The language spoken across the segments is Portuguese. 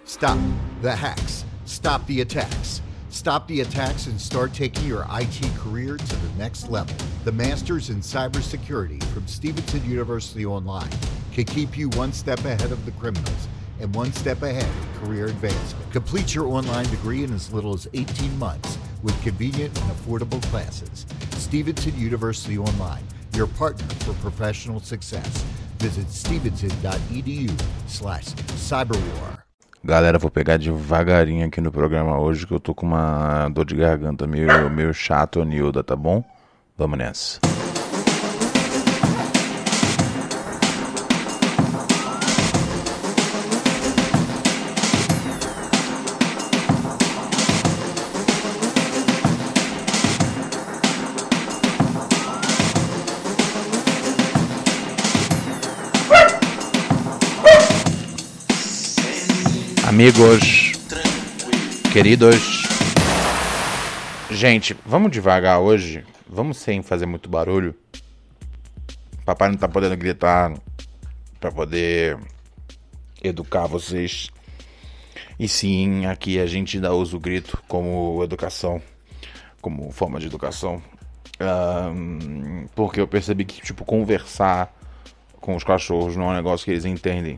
Stop the hacks. Stop the attacks. Stop the attacks and start taking your IT career to the next level. The Masters in Cybersecurity from Stevenson University Online can keep you one step ahead of the criminals and one step ahead of career advancement. Complete your online degree in as little as 18 months with convenient and affordable classes. Stevenson University Online, your partner for professional success. Visit stevenson.edu/cyberwar. Galera, vou pegar devagarinho aqui no programa hoje, que eu tô com uma dor de garganta meio chato, Nilda, tá bom? Vamos nessa. Amigos, queridos, gente, vamos devagar hoje, vamos sem fazer muito barulho. Papai não tá podendo gritar para poder educar vocês. E sim, aqui a gente ainda usa o grito como educação, como forma de educação. Porque eu percebi que, tipo, conversar com os cachorros não é um negócio que eles entendem.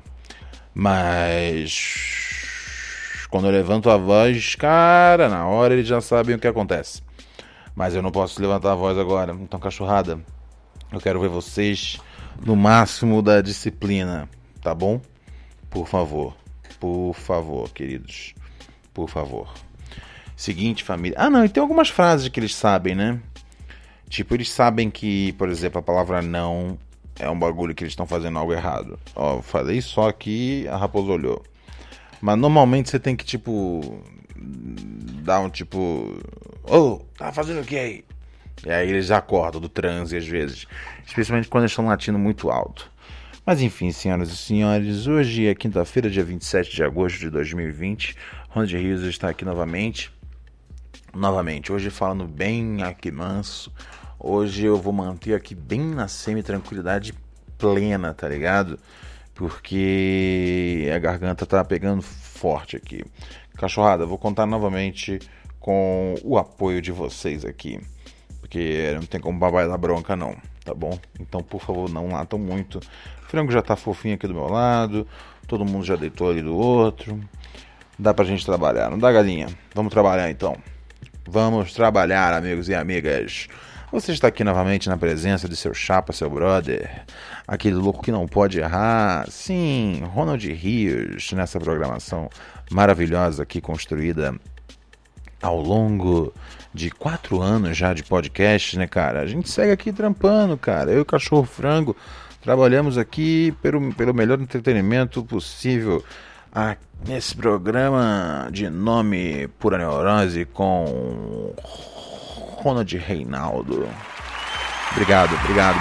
Mas quando eu levanto a voz, cara, na hora eles já sabem o que acontece. Mas eu não posso levantar a voz agora. Então, cachorrada, eu quero ver vocês no máximo da disciplina, tá bom? Por favor, queridos. Por favor. Seguinte, família. E tem algumas frases que eles sabem, né? Tipo, eles sabem que, por exemplo, a palavra não é um bagulho que eles estão fazendo algo errado. Ó, eu falei só aqui, a raposa olhou. Mas normalmente você tem que, tipo, dar um tipo... tá fazendo o que aí? E aí eles acordam do transe às vezes. Especialmente quando eles estão latindo muito alto. Mas enfim, senhoras e senhores, hoje é quinta-feira, dia 27 de agosto de 2020. Ronald Rios está aqui novamente. Hoje falando bem aqui manso. Hoje eu vou manter aqui bem na semi-tranquilidade plena, tá ligado? Porque a garganta tá pegando forte aqui. Cachorrada, vou contar novamente com o apoio de vocês aqui. Porque não tem como babar da bronca não, tá bom? Então, por favor, não latam muito. O frango já tá fofinho aqui do meu lado. Todo mundo já deitou ali do outro. Dá pra gente trabalhar, não dá, galinha? Vamos trabalhar então. Vamos trabalhar, amigos e amigas. Você está aqui novamente na presença de seu chapa, seu brother, aquele louco que não pode errar. Sim, Ronald Rios, nessa programação maravilhosa aqui construída ao longo de 4 anos já de podcast, né, cara? A gente segue aqui trampando, cara. Eu e o Cachorro Frango trabalhamos aqui pelo melhor entretenimento possível nesse programa de nome Pura Neurose com Ronald Reinaldo. Obrigado.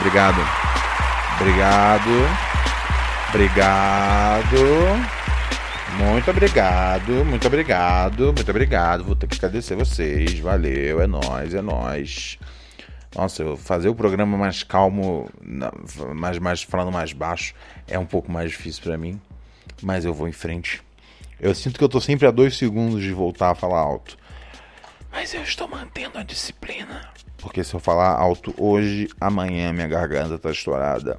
Muito obrigado. Vou ter que agradecer vocês. Valeu, é nóis. Nossa, eu fazer o programa mais calmo, mais falando mais baixo, é um pouco mais difícil pra mim. Mas eu vou em frente. Eu sinto que eu tô sempre a 2 segundos de voltar a falar alto. Mas eu estou mantendo a disciplina. Porque se eu falar alto hoje, amanhã minha garganta tá estourada.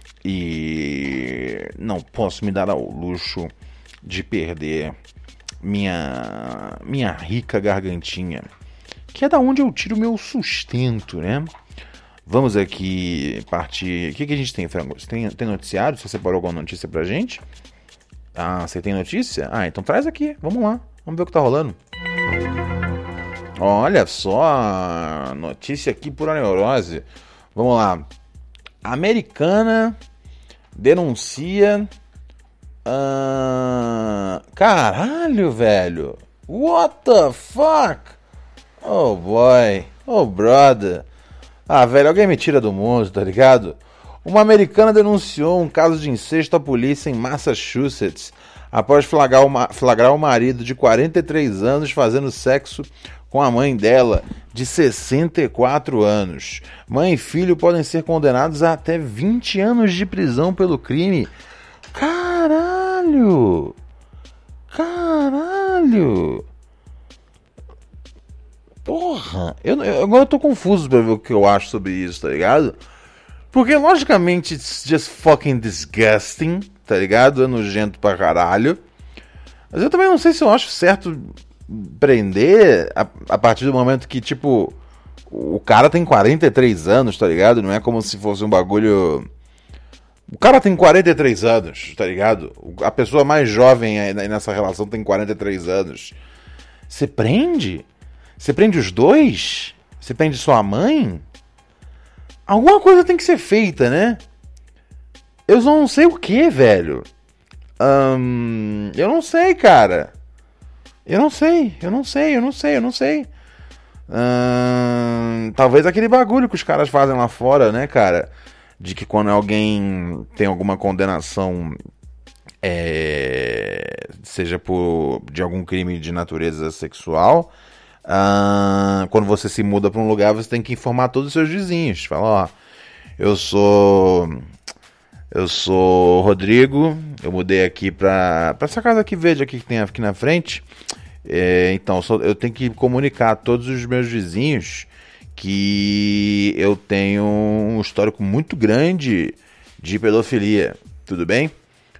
E não posso me dar ao luxo de perder minha rica gargantinha. Que é da onde eu tiro meu sustento, né? Vamos aqui partir... O que a gente tem, Frango? Você tem noticiário? Você separou alguma notícia pra gente? Você tem notícia? Então traz aqui. Vamos lá. Vamos ver o que tá rolando. Olha só, notícia aqui Pura Neurose. Vamos lá. Americana denuncia... Caralho, velho. What the fuck? Oh boy. Oh brother. Velho, alguém me tira do mundo, tá ligado? Uma americana denunciou um caso de incesto à polícia em Massachusetts após flagrar o marido de 43 anos fazendo sexo com a mãe dela, de 64 anos. Mãe e filho podem ser condenados a até 20 anos de prisão pelo crime. Caralho! Caralho! Porra! Agora eu tô confuso pra ver o que eu acho sobre isso, tá ligado? Porque, logicamente, it's just fucking disgusting, tá ligado? É nojento pra caralho. Mas eu também não sei se eu acho certo prender a partir do momento que, tipo, o cara tem 43 anos, tá ligado? Não é como se fosse um bagulho... O cara tem 43 anos, tá ligado? A pessoa mais jovem aí nessa relação tem 43 anos. Você prende? Você prende os dois? Você prende sua mãe? Alguma coisa tem que ser feita, né? Eu só não sei o que, velho. Eu não sei, cara. Eu não sei. Talvez aquele bagulho que os caras fazem lá fora, né, cara? De que quando alguém tem alguma condenação, seja de algum crime de natureza sexual, quando você se muda para um lugar, você tem que informar todos os seus vizinhos. Fala, ó, eu sou o Rodrigo, eu mudei aqui para essa casa aqui verde aqui que tem aqui na frente. Então, eu tenho que comunicar a todos os meus vizinhos que eu tenho um histórico muito grande de pedofilia. Tudo bem?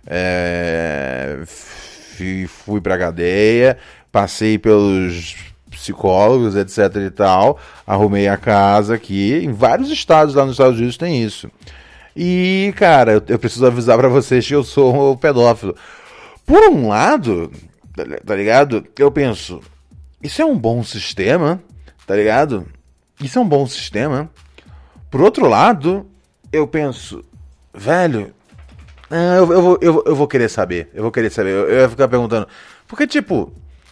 Fui pra cadeia, passei pelos psicólogos, etc e tal, arrumei a casa aqui. Em vários estados lá nos Estados Unidos tem isso. E, cara, eu preciso avisar pra vocês que eu sou um pedófilo. Por um lado, tá ligado? Eu penso, isso é um bom sistema, tá ligado? Isso é um bom sistema. Por outro lado, eu penso, velho, eu vou querer saber. Eu ia ficar perguntando. Porque, tipo,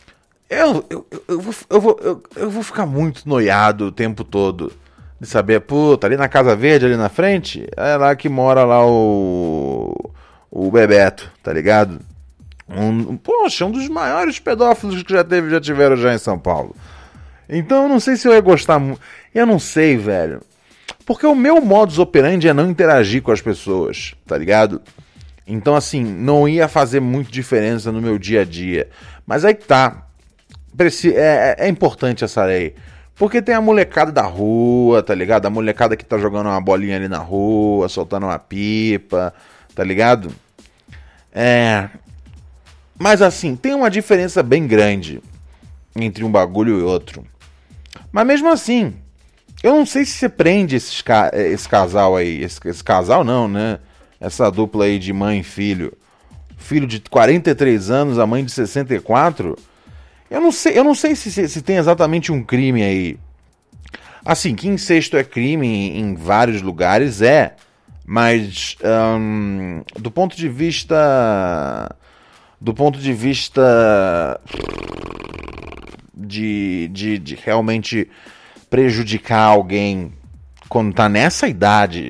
eu vou ficar muito noiado o tempo todo de saber, puta, ali na Casa Verde, ali na frente, é lá que mora lá o Bebeto, tá ligado? Poxa, um dos maiores pedófilos que já tiveram em São Paulo. Então eu não sei se eu ia gostar muito. Eu não sei, velho. Porque o meu modus operandi é não interagir com as pessoas, tá ligado? Então, assim, não ia fazer muito diferença no meu dia a dia. Mas aí que tá. É importante essa lei. Porque tem a molecada da rua, tá ligado? A molecada que tá jogando uma bolinha ali na rua, soltando uma pipa, tá ligado? Mas assim, tem uma diferença bem grande entre um bagulho e outro. Mas mesmo assim, eu não sei se você prende esse casal aí. Esse casal não, né? Essa dupla aí de mãe e filho. Filho de 43 anos, a mãe de 64. Eu não sei se tem exatamente um crime aí. Assim, que incesto é crime em vários lugares, mas do ponto de vista de realmente prejudicar alguém quando tá nessa idade,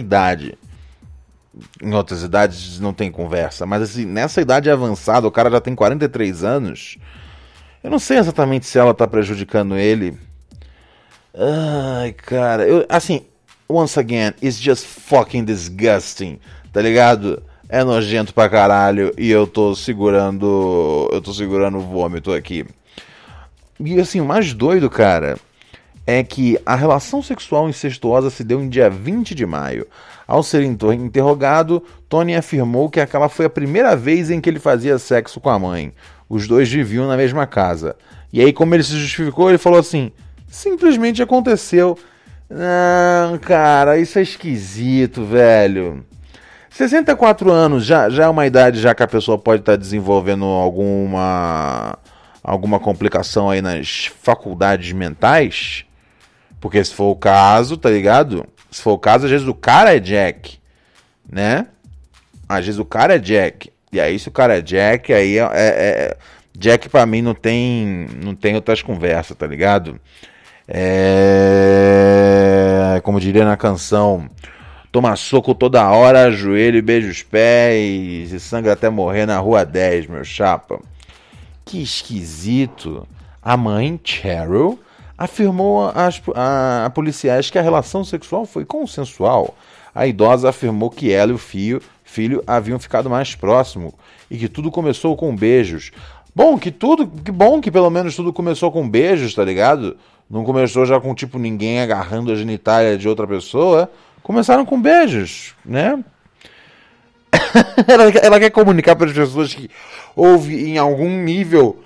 em outras idades não tem conversa, mas assim, nessa idade avançada, o cara já tem 43 anos, eu não sei exatamente se ela tá prejudicando ele. Ai, cara, assim, once again, it's just fucking disgusting, tá ligado? É nojento pra caralho e eu tô segurando o vômito aqui. E assim, o mais doido, cara, é que a relação sexual incestuosa se deu em dia 20 de maio. Ao ser interrogado, Tony afirmou que aquela foi a primeira vez em que ele fazia sexo com a mãe. Os dois viviam na mesma casa. E aí, como ele se justificou, ele falou assim, simplesmente aconteceu. Não, cara, isso é esquisito, velho. 64 anos já é uma idade já que a pessoa pode estar desenvolvendo alguma complicação aí nas faculdades mentais. Porque se for o caso, tá ligado? Se for o caso, às vezes o cara é Jack, né? Às vezes o cara é Jack. E aí se o cara é Jack, aí Jack pra mim não tem outras conversas, tá ligado? Como diria na canção, toma soco toda hora, joelho e beija os pés e sangra até morrer na rua 10, meu chapa. Que esquisito. A mãe, Cheryl, afirmou a policiais que a relação sexual foi consensual. A idosa afirmou que ela e o filho haviam ficado mais próximos e que tudo começou com beijos. Que bom que pelo menos tudo começou com beijos, tá ligado? Não começou já com, tipo, ninguém agarrando a genitália de outra pessoa. Começaram com beijos, né? Ela quer comunicar para as pessoas que houve em algum nível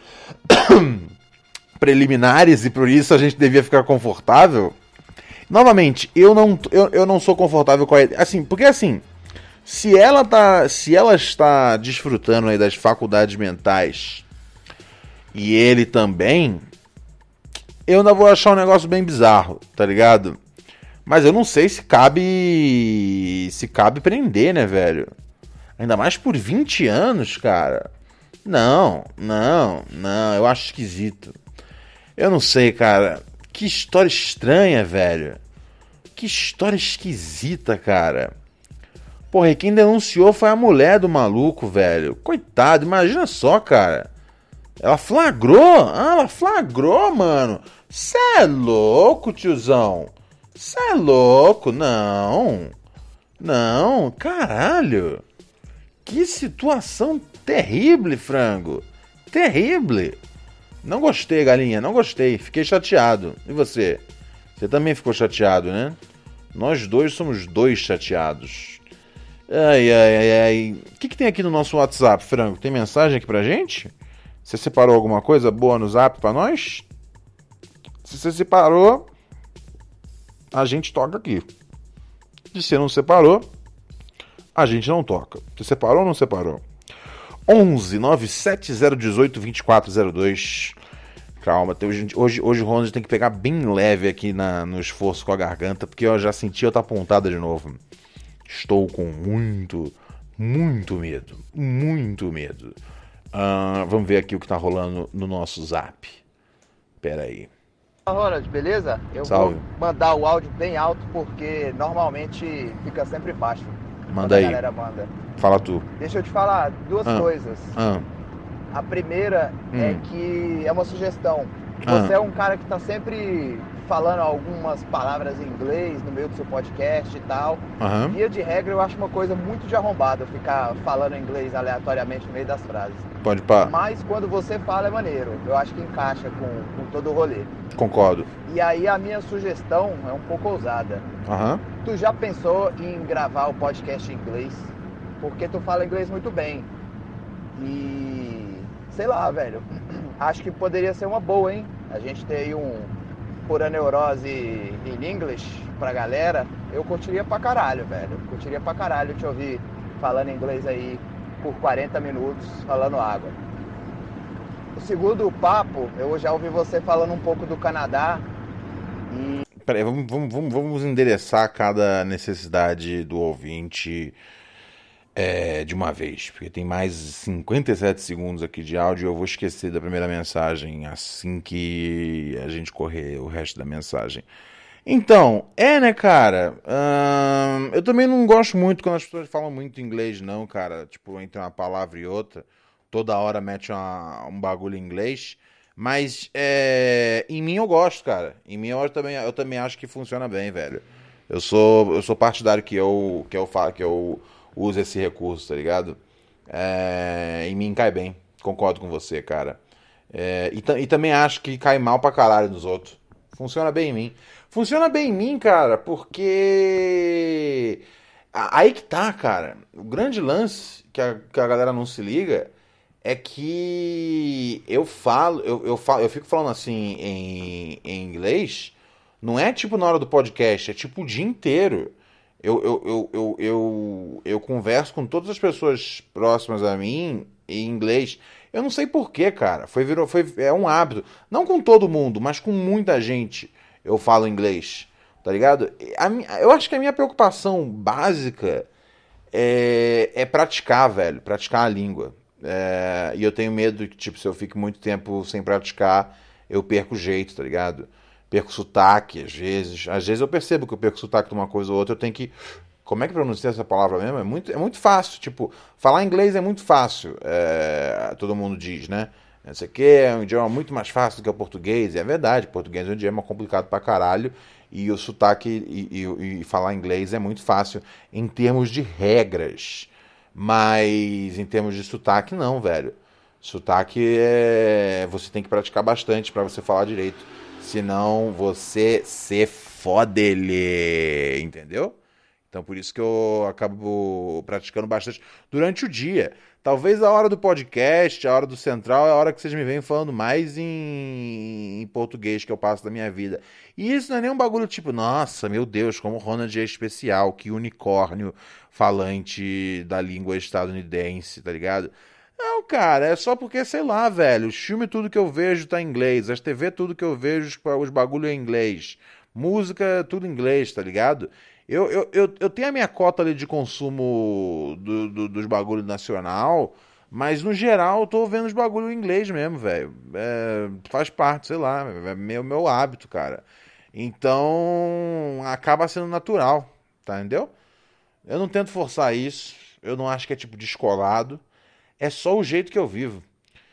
preliminares e por isso a gente devia ficar confortável. Novamente, eu não sou confortável com a ideia. Assim, porque assim, se ela está desfrutando aí das faculdades mentais e ele também, eu ainda vou achar um negócio bem bizarro, tá ligado? Mas eu não sei se cabe prender, né, velho? Ainda mais por 20 anos, cara. Não, eu acho esquisito. Eu não sei, cara. Que história estranha, velho. Que história esquisita, cara. Porra, e quem denunciou foi a mulher do maluco, velho. Coitado, imagina só, cara. Ela flagrou? Ah, ela flagrou, mano. Cê é louco, tiozão. Cê é louco, não. Não, caralho. Que situação terrível, frango. Terrível. Não gostei, galinha, não gostei. Fiquei chateado. E você? Você também ficou chateado, né? Nós dois somos dois chateados. Ai. O que tem aqui no nosso WhatsApp, frango? Tem mensagem aqui pra gente? Você separou alguma coisa boa no Zap pra nós? Se você separou, a gente toca aqui. Se você não separou, a gente não toca. Você separou ou não separou? 11 97018 2402. Calma, hoje o Ronald tem que pegar bem leve aqui no esforço com a garganta, porque eu já senti outra pontada de novo. Estou com muito medo. Muito medo. Vamos ver aqui o que tá rolando no nosso Zap. Pera aí. Ronald, beleza? Eu Salve. Vou mandar o áudio bem alto porque normalmente fica sempre baixo. Manda aí. A galera manda. Fala tu. Deixa eu te falar duas coisas. A primeira é que é uma sugestão. Você é um cara que tá sempre falando algumas palavras em inglês no meio do seu podcast e tal. Via de regra, eu acho uma coisa muito de arrombado ficar falando inglês aleatoriamente no meio das frases. Pode pá. Mas quando você fala é maneiro. Eu acho que encaixa com todo o rolê. Concordo. E aí a minha sugestão é um pouco ousada. Tu já pensou em gravar o podcast em inglês? Porque tu fala inglês muito bem. E sei lá, velho. Acho que poderia ser uma boa, hein? A gente ter aí um Pura Neurose em English pra galera. Eu curtiria pra caralho, velho. Curtiria pra caralho te ouvir falando inglês aí por 40 minutos, falando água. O segundo papo, eu já ouvi você falando um pouco do Canadá e... Peraí, vamos endereçar cada necessidade do ouvinte de uma vez, porque tem mais 57 segundos aqui de áudio e eu vou esquecer da primeira mensagem assim que a gente correr o resto da mensagem. Então, né, cara? Eu também não gosto muito quando as pessoas falam muito inglês, não, cara. Tipo, entre uma palavra e outra, toda hora mete um bagulho em inglês. Mas, em mim eu gosto, cara. Em mim eu também acho que funciona bem, velho. Eu sou partidário que eu use esse recurso, tá ligado? Em mim cai bem. Concordo com você, cara. E também acho que cai mal pra caralho nos outros. Funciona bem em mim. Funciona bem em mim, cara, porque... Aí que tá, cara. O grande lance que a galera não se liga é que eu fico falando assim em inglês, não é tipo na hora do podcast, é tipo o dia inteiro. Eu converso com todas as pessoas próximas a mim em inglês. Eu não sei porquê, cara. É um hábito. Não com todo mundo, mas com muita gente eu falo inglês, tá ligado? Eu acho que a minha preocupação básica é praticar, velho. Praticar a língua. E eu tenho medo que, tipo, se eu fico muito tempo sem praticar, eu perco o jeito, tá ligado? Perco sotaque, às vezes. Às vezes eu percebo que eu perco sotaque de uma coisa ou outra, eu tenho que... Como é que pronuncia essa palavra mesmo? É muito fácil. Tipo, falar inglês é muito fácil. Todo mundo diz, né? Isso aqui é um idioma muito mais fácil do que o português. E é verdade, o português é um idioma complicado pra caralho. E o sotaque e falar inglês é muito fácil em termos de regras. Mas em termos de sotaque, não, velho. Sotaque você tem que praticar bastante pra você falar direito. Senão você se fode, entendeu? Então por isso que eu acabo praticando bastante durante o dia. Talvez a hora do podcast, a hora do central, é a hora que vocês me veem falando mais em português que eu passo da minha vida. E isso não é nem um bagulho tipo, nossa, meu Deus, como o Ronald é especial, que unicórnio falante da língua estadunidense, tá ligado? Não, cara, é só porque, sei lá, velho, os filmes tudo que eu vejo tá em inglês, as TV tudo que eu vejo, os bagulho é em inglês, música tudo em inglês, tá ligado? Eu tenho a minha cota ali de consumo dos bagulhos nacional, mas no geral eu tô vendo os bagulhos em inglês mesmo, velho. Faz parte, sei lá, é meu hábito, cara. Então acaba sendo natural, tá, entendeu? Eu não tento forçar isso, eu não acho que é tipo descolado. É só o jeito que eu vivo.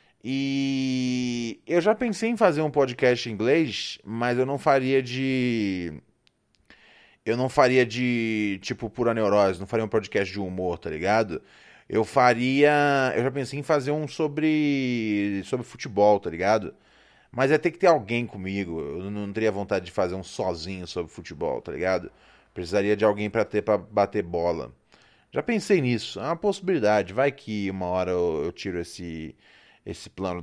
E eu já pensei em fazer um podcast em inglês, mas eu não faria de. Eu não faria de, tipo, pura neurose, não faria um podcast de humor, tá ligado? Eu faria. Eu já pensei em fazer um sobre futebol, tá ligado? Mas ia ter que ter alguém comigo. Eu não teria vontade de fazer um sozinho sobre futebol, tá ligado? Precisaria de alguém pra bater bola. Já pensei nisso, é uma possibilidade. Vai que uma hora eu tiro esse plano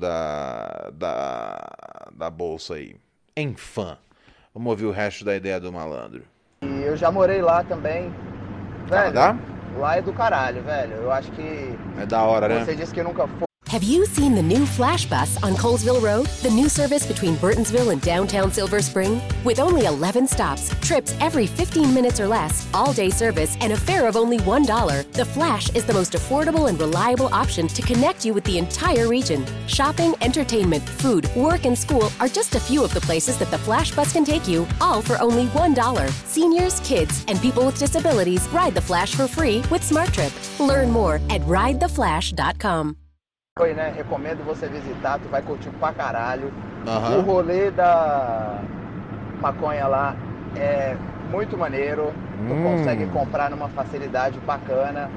da bolsa aí. Enfim, vamos ouvir o resto da ideia do malandro. E eu já morei lá também. Velho, Canadá? lá é do caralho, velho. Eu acho que É da hora, né? você disse que nunca foi. Have you seen the new Flash Bus on Colesville Road? The new service between Burtonsville and downtown Silver Spring? With only 11 stops, trips every 15 minutes or less, all-day service, and a fare of only $1, the Flash is the most affordable and reliable option to connect you with the entire region. Shopping, entertainment, food, work, and school are just a few of the places that the Flash Bus can take you, all for only $1. Seniors, kids, and people with disabilities ride the Flash for free with SmartTrip. Learn more at ridetheflash.com. Foi, né? Recomendo você visitar, tu vai curtir pra caralho. Aham. O rolê da maconha lá é muito maneiro. Tu consegue comprar numa facilidade bacana.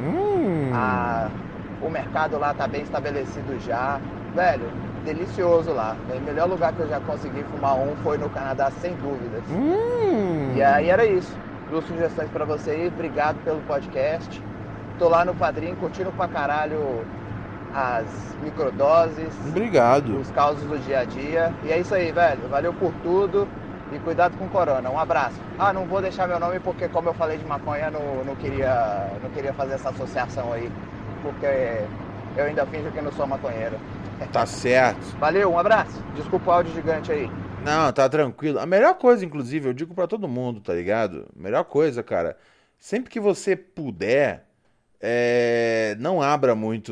O mercado lá tá bem estabelecido já. Velho, delicioso lá. O melhor lugar que eu já consegui fumar foi no Canadá, sem dúvidas. E aí era isso. Duas sugestões pra você aí. Obrigado pelo podcast. Tô lá no Padrim, curtindo pra caralho as microdoses. Obrigado. Os causos do dia a dia. E é isso aí, velho. Valeu por tudo. E cuidado com o corona. Um abraço. Não vou deixar meu nome porque, como eu falei de maconha, não queria fazer essa associação aí. Porque eu ainda finjo que não sou maconheiro. Tá certo. Valeu, um abraço. Desculpa o áudio gigante aí. Não, tá tranquilo. A melhor coisa, inclusive, eu digo pra todo mundo, tá ligado? Melhor coisa, cara. Sempre que você puder, não abra muito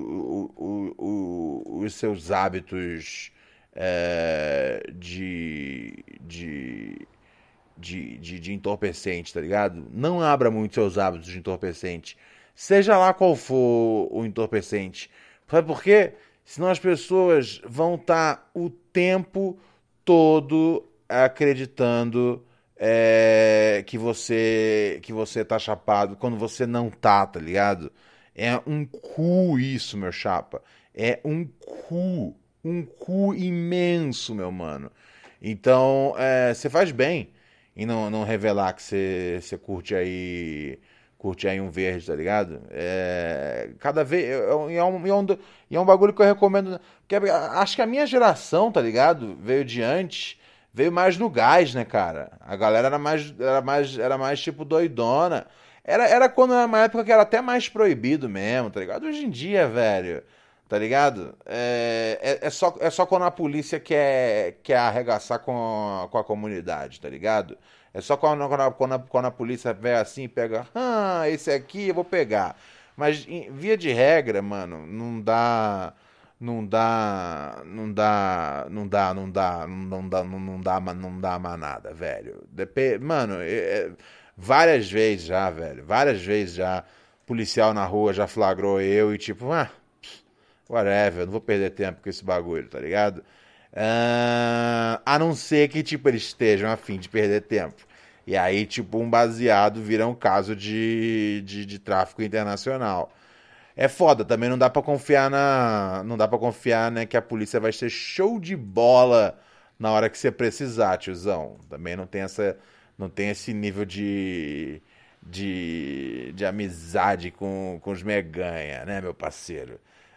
os seus hábitos de entorpecente, tá ligado? Não abra muito seus hábitos de entorpecente. Seja lá qual for o entorpecente. Sabe por quê? Senão as pessoas vão estar o tempo todo acreditando que você tá chapado quando você não tá ligado? É um cu isso, meu chapa. É um cu imenso, meu mano. Então, você faz bem em não revelar que você curte aí um verde, tá ligado? Cada vez é um bagulho que eu recomendo, porque acho que a minha geração, tá ligado? Veio mais no gás, né, cara? A galera era mais tipo doidona. Era quando era uma época que era até mais proibido mesmo, tá ligado? Hoje em dia, velho, tá ligado? É só quando a polícia quer arregaçar com a comunidade, tá ligado? É só quando a polícia vem assim e pega, esse aqui eu vou pegar. Mas, via de regra, mano, não dá mais nada, velho. Mano, várias vezes já, policial na rua já flagrou eu e tipo, whatever, não vou perder tempo com esse bagulho, tá ligado? A não ser que, tipo, eles estejam a fim de perder tempo. E aí, tipo, um baseado vira um caso de tráfico internacional. É foda, também não dá pra confiar né, que a polícia vai ser show de bola na hora que você precisar, tiozão. Também não tem esse nível de amizade com os meganha, né, meu parceiro?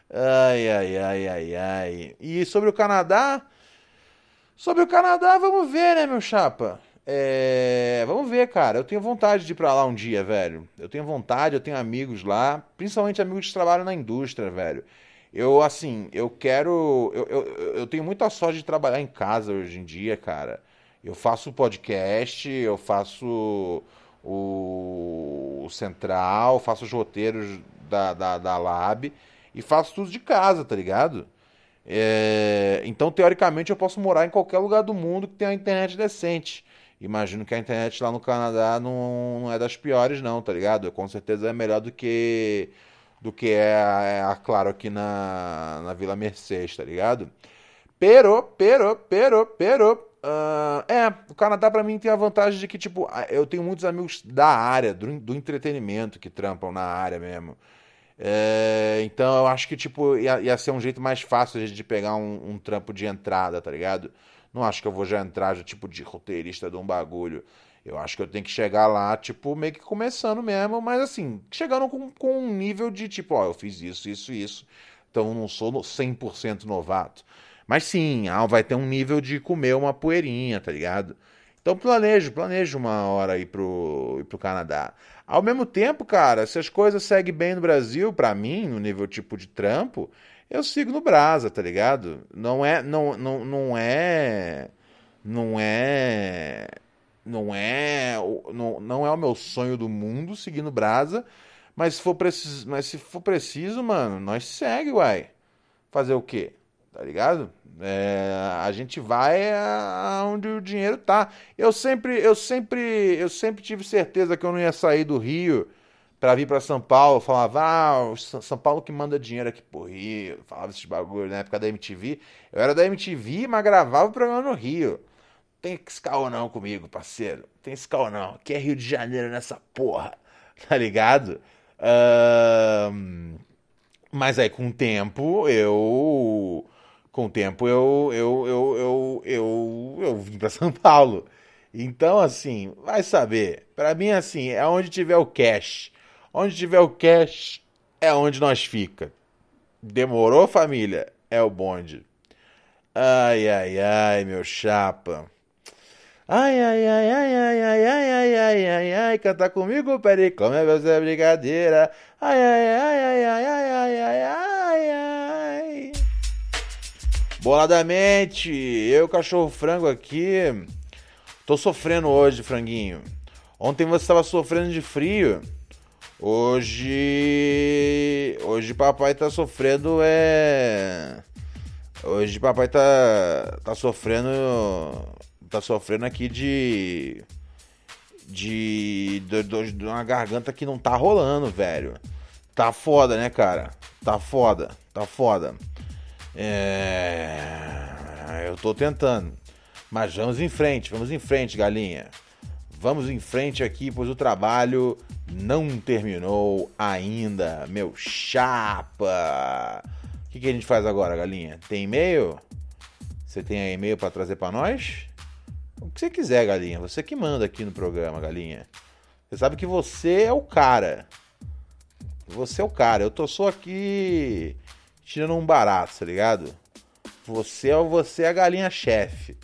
Ai. E sobre o Canadá? Sobre o Canadá, vamos ver, né, meu chapa? Vamos ver, cara. Eu tenho vontade de ir pra lá um dia, velho. Eu tenho amigos lá, principalmente amigos que trabalham na indústria, velho. Eu tenho muita sorte de trabalhar em casa hoje em dia, cara. Eu faço podcast, eu faço o Central, faço os roteiros da Lab e faço tudo de casa, tá ligado? Então, teoricamente, eu posso morar em qualquer lugar do mundo que tenha uma internet decente. Imagino que a internet lá no Canadá não é das piores, não, tá ligado? Com certeza é melhor do que a Claro aqui na Vila Mercedes, tá ligado? O Canadá pra mim tem a vantagem de que, tipo, eu tenho muitos amigos da área, do entretenimento que trampam na área mesmo. Então eu acho que, tipo, ia ser um jeito mais fácil de pegar um trampo de entrada, tá ligado? Não acho que eu vou já entrar tipo de roteirista de um bagulho. Eu acho que eu tenho que chegar lá, tipo, meio que começando mesmo, mas assim, chegando com um nível de tipo, ó, eu fiz isso. Então eu não sou 100% novato. Mas sim, vai ter um nível de comer uma poeirinha, tá ligado? Então planejo uma hora ir pro Canadá. Ao mesmo tempo, cara, se as coisas seguem bem no Brasil, pra mim, no nível tipo de trampo, eu sigo no Brasa, tá ligado? Não é o meu sonho do mundo seguir no Brasa, mas se for preciso, mano, nós segue, uai. Fazer o quê? Tá ligado? A gente vai aonde o dinheiro tá. Eu sempre tive certeza que eu não ia sair do Rio pra vir pra São Paulo. Eu falava, São Paulo que manda dinheiro aqui pro Rio. Eu falava esses bagulho na época da MTV. Eu era da MTV, mas gravava o programa no Rio. Tem esse caô não comigo, parceiro. Tem esse caô não. Aqui é Rio de Janeiro nessa porra. Tá ligado? Mas aí com o tempo eu vim pra São Paulo. Então, assim, vai saber. Pra mim, assim, é onde tiver o cash. Onde tiver o cash é onde nós fica. Demorou, família? É o bonde. Ai, meu chapa. Ai, cantar comigo, peraí, como é você brincadeira. Ai. Boladamente, eu, cachorro frango aqui, tô sofrendo hoje, franguinho. Ontem você estava sofrendo de frio. Hoje papai tá sofrendo, Hoje papai tá sofrendo aqui de uma garganta que não tá rolando, velho. Tá foda, né, cara? Tá foda. Eu tô tentando. Mas vamos em frente, galinha. Vamos em frente aqui, pois o trabalho não terminou ainda, meu chapa. O que a gente faz agora, galinha? Tem e-mail? Você tem aí e-mail pra trazer pra nós? O que você quiser, galinha. Você que manda aqui no programa, galinha. Você sabe que você é o cara. Eu tô só aqui tirando um barato, tá ligado? Você é a galinha-chefe.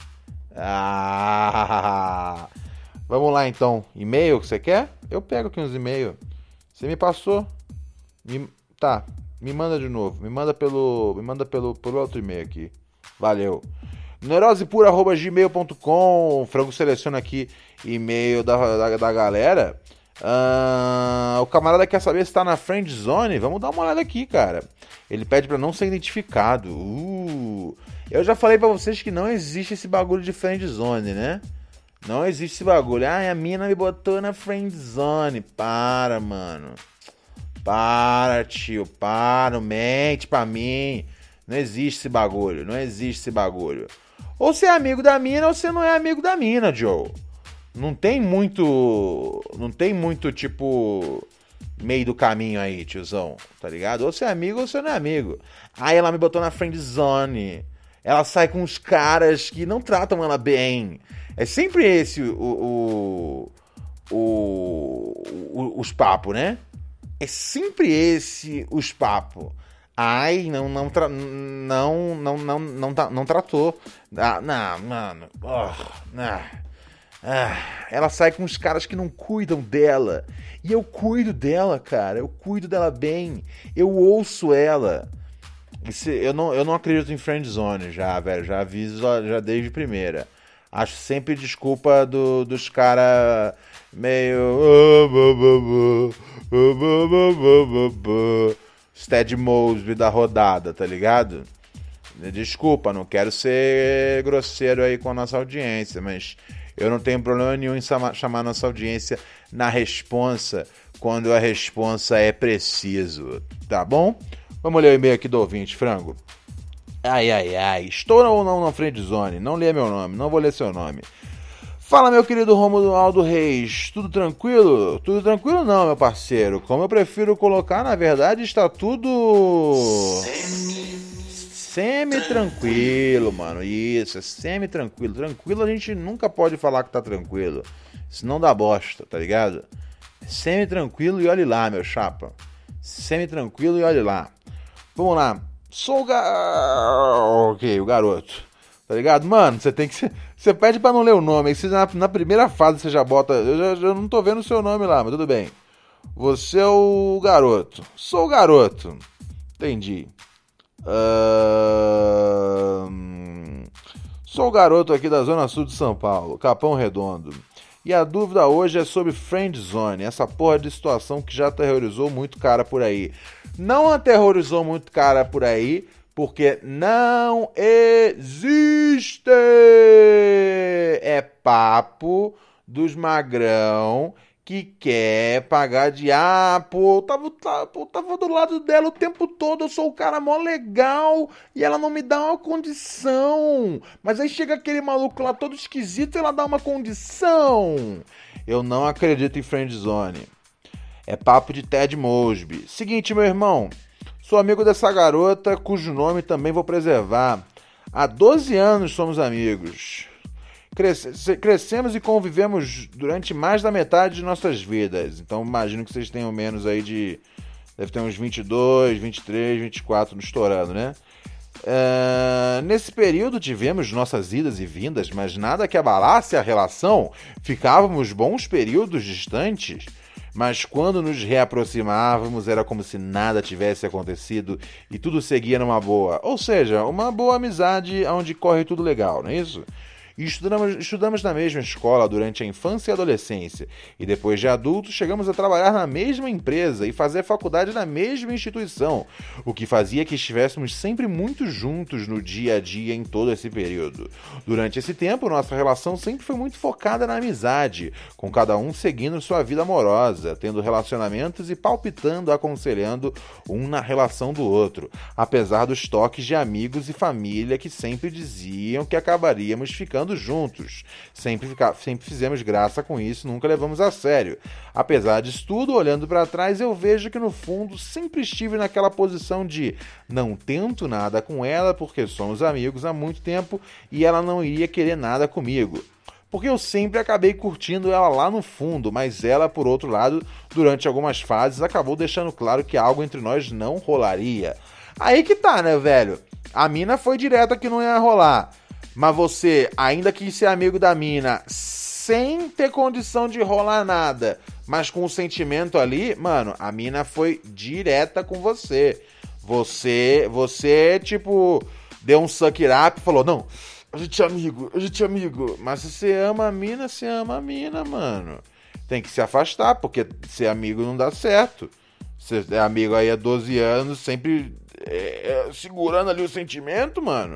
Vamos lá então. E-mail que você quer? Eu pego aqui uns e-mails. Você me passou? Tá, me manda de novo. Me manda pelo outro e-mail aqui. Valeu. neurosepura@gmail.com. Frango seleciona aqui e-mail da galera. O camarada quer saber se tá na friend zone. Vamos dar uma olhada aqui, cara. Ele pede pra não ser identificado. Eu já falei pra vocês que não existe esse bagulho de friend zone, né? Não existe esse bagulho. A mina me botou na friend zone. Para, mano. Para, tio. Para, não mente pra mim. Não existe esse bagulho. Ou você é amigo da mina ou você não é amigo da mina, Joe. Não tem muito, tipo, meio do caminho aí, tiozão, tá ligado? Ou você é amigo ou você não é amigo. Aí ela me botou na friend zone. Ela sai com os caras que não tratam ela bem. É sempre esse os papos, né? É sempre esse os papos. Ai, não tratou. Não, mano. Ela sai com os caras que não cuidam dela. E eu cuido dela, cara. Eu cuido dela bem. Eu ouço ela. Eu não acredito em friendzone já, velho. Já aviso já desde primeira. Acho sempre desculpa dos caras meio... Stead Mosby da rodada, tá ligado? Desculpa, não quero ser grosseiro aí com a nossa audiência, mas eu não tenho problema nenhum em chamar nossa audiência na responsa quando a responsa é preciso, tá bom? Vamos ler o e-mail aqui do ouvinte, frango. Ai, estou ou não na friendzone? Não lê meu nome, não vou ler seu nome. Fala, meu querido Romualdo Reis, tudo tranquilo? Tudo tranquilo não, meu parceiro. Como eu prefiro colocar, na verdade, está tudo... Semi-tranquilo, mano. Isso, é semi-tranquilo. Tranquilo a gente nunca pode falar que tá tranquilo. Senão dá bosta, tá ligado? Semi-tranquilo e olhe lá, meu chapa. Semi-tranquilo e olhe lá. Vamos lá. Sou o garoto. Tá ligado? Mano, você tem que... Você pede pra não ler o nome. Aí você, na primeira fase você já bota... Eu não tô vendo o seu nome lá, mas tudo bem. Você é o garoto. Sou o garoto. Entendi. Sou o garoto aqui da Zona Sul de São Paulo, Capão Redondo. E a dúvida hoje é sobre friendzone, essa porra de situação que já aterrorizou muito cara por aí. Não aterrorizou muito cara por aí, porque não existe! É papo dos magrão que quer pagar de... tava do lado dela o tempo todo, eu sou o cara mó legal e ela não me dá uma condição. Mas aí chega aquele maluco lá todo esquisito e ela dá uma condição. Eu não acredito em friendzone. É papo de Ted Mosby. Seguinte, meu irmão, sou amigo dessa garota, cujo nome também vou preservar. Há 12 anos somos amigos. Crescemos e convivemos durante mais da metade de nossas vidas. Então imagino que vocês tenham menos aí de... Deve ter uns 22, 23, 24 no estourando, né? Nesse período tivemos nossas idas e vindas, mas nada que abalasse a relação. Ficávamos bons períodos distantes, mas quando nos reaproximávamos era como se nada tivesse acontecido e tudo seguia numa boa. Ou seja, uma boa amizade onde corre tudo legal, não é isso? E estudamos na mesma escola durante a infância e adolescência, e depois de adultos chegamos a trabalhar na mesma empresa e fazer faculdade na mesma instituição, o que fazia que estivéssemos sempre muito juntos no dia a dia em todo esse período. Durante esse tempo, nossa relação sempre foi muito focada na amizade, com cada um seguindo sua vida amorosa, tendo relacionamentos e palpitando, aconselhando um na relação do outro, apesar dos toques de amigos e família que sempre diziam que acabaríamos ficando juntos. Sempre fizemos graça com isso, nunca levamos a sério. Apesar disso tudo, olhando para trás, eu vejo que no fundo sempre estive naquela posição de não tento nada com ela porque somos amigos há muito tempo e ela não iria querer nada comigo. Porque eu sempre acabei curtindo ela lá no fundo, mas ela, por outro lado, durante algumas fases, acabou deixando claro que algo entre nós não rolaria. Aí que tá, né, velho? A mina foi direta que não ia rolar. Mas você ainda quis ser amigo da mina sem ter condição de rolar nada, mas com o sentimento ali, mano, a mina foi direta com você. Você tipo, deu um suck it up e falou, não, a gente é amigo. Mas se você ama a mina, você ama a mina, mano. Tem que se afastar, porque ser amigo não dá certo. Você é amigo aí há 12 anos, sempre segurando ali o sentimento, mano.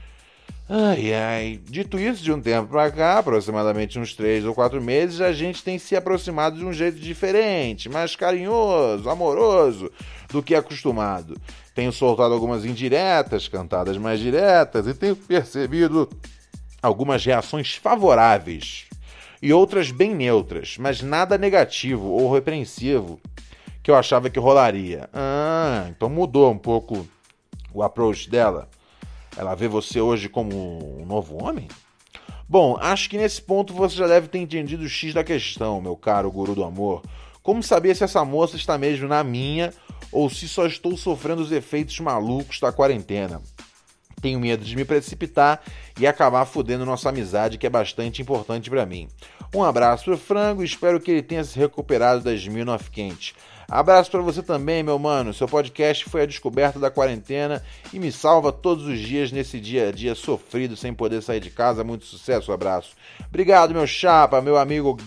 Ai. Dito isso, de um tempo pra cá, aproximadamente uns 3 ou 4 meses, a gente tem se aproximado de um jeito diferente, mais carinhoso, amoroso do que acostumado. Tenho soltado algumas indiretas, cantadas mais diretas, e tenho percebido algumas reações favoráveis e outras bem neutras, mas nada negativo ou repreensivo, que eu achava que rolaria. Então mudou um pouco o approach dela. Ela vê você hoje como um novo homem? Bom, acho que nesse ponto você já deve ter entendido o X da questão, meu caro guru do amor. Como saber se essa moça está mesmo na minha ou se só estou sofrendo os efeitos malucos da quarentena? Tenho medo de me precipitar e acabar fudendo nossa amizade, que é bastante importante pra mim. Um abraço pro Frango e espero que ele tenha se recuperado das Minoff quentes. Abraço pra você também, meu mano. Seu podcast foi a descoberta da quarentena e me salva todos os dias nesse dia a dia sofrido sem poder sair de casa. Muito sucesso, abraço. Obrigado, meu chapa, meu amigo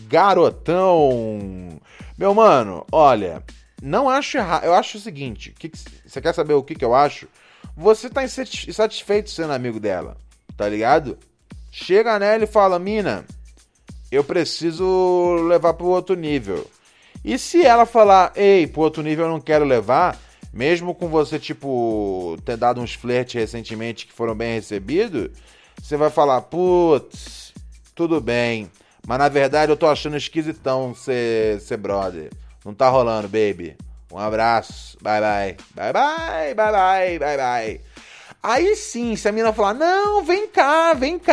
garotão. Meu mano, olha, não acho errado. Eu acho o seguinte, você quer saber o que eu acho? Você tá insatisfeito sendo amigo dela, tá ligado? Chega nela e fala, mina, eu preciso levar pro outro nível. E se ela falar, ei, pro outro nível eu não quero levar, mesmo com você, tipo, ter dado uns flertes recentemente que foram bem recebidos, você vai falar, putz, tudo bem, mas na verdade eu tô achando esquisitão ser brother. Não tá rolando, baby. Um abraço, bye bye, bye bye, bye bye, bye bye. Aí sim, se a mina falar, não, vem cá,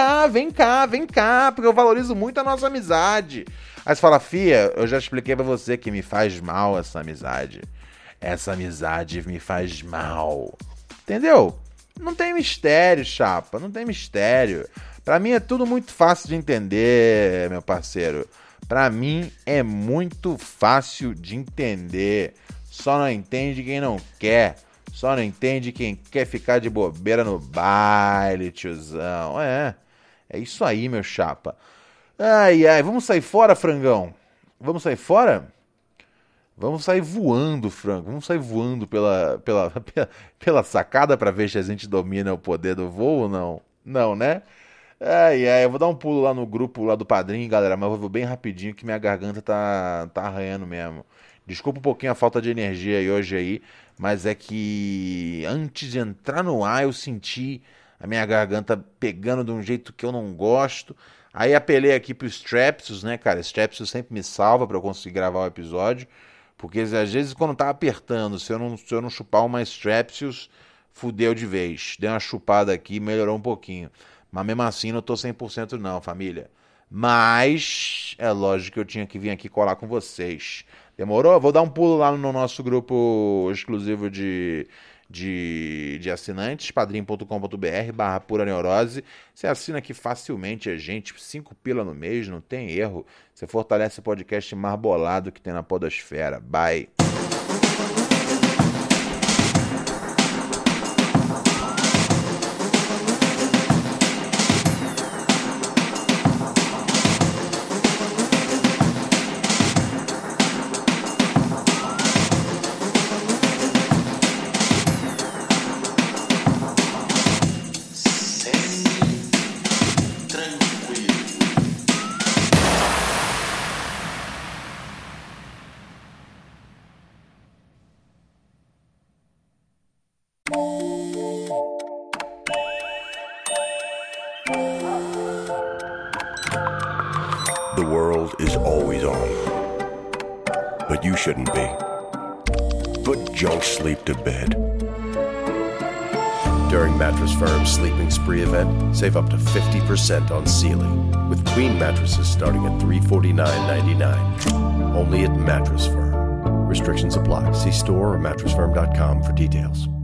porque eu valorizo muito a nossa amizade. Aí você fala, fia, eu já expliquei pra você que me faz mal essa amizade. Essa amizade me faz mal. Entendeu? Não tem mistério, chapa, não tem mistério. Pra mim é tudo muito fácil de entender, meu parceiro. Pra mim é muito fácil de entender. Só não entende quem não quer. Só não entende quem quer ficar de bobeira no baile, tiozão. É isso aí, meu chapa. Ai, vamos sair fora, frangão? Vamos sair fora? Vamos sair voando, frango. Vamos sair voando pela sacada pra ver se a gente domina o poder do voo ou não? Não, né? Eu vou dar um pulo lá no grupo lá do padrinho, galera, mas eu vou bem rapidinho que minha garganta tá arranhando mesmo. Desculpa um pouquinho a falta de energia aí hoje aí, mas é que antes de entrar no ar eu senti a minha garganta pegando de um jeito que eu não gosto. Aí apelei aqui pro Strepsils, né, cara? Strepsils sempre me salva pra eu conseguir gravar o episódio, porque às vezes quando tá apertando, se eu não chupar uma Strepsils, fudeu de vez. Dei uma chupada aqui, melhorou um pouquinho. Mas mesmo assim não tô 100% não, família. Mas é lógico que eu tinha que vir aqui colar com vocês. Demorou? Vou dar um pulo lá no nosso grupo exclusivo de assinantes, padrim.com.br/pura neurose. Você assina aqui facilmente a gente, 5 pila no mês, não tem erro. Você fortalece o podcast mais bolado que tem na podosfera. Bye! The world is always on, but you shouldn't be. Put junk sleep to bed. During Mattress Firm's Sleeping Spree event, save up to 50% on Sealy, with queen mattresses starting at $349.99. Only at Mattress Firm. Restrictions apply. See store or mattressfirm.com for details.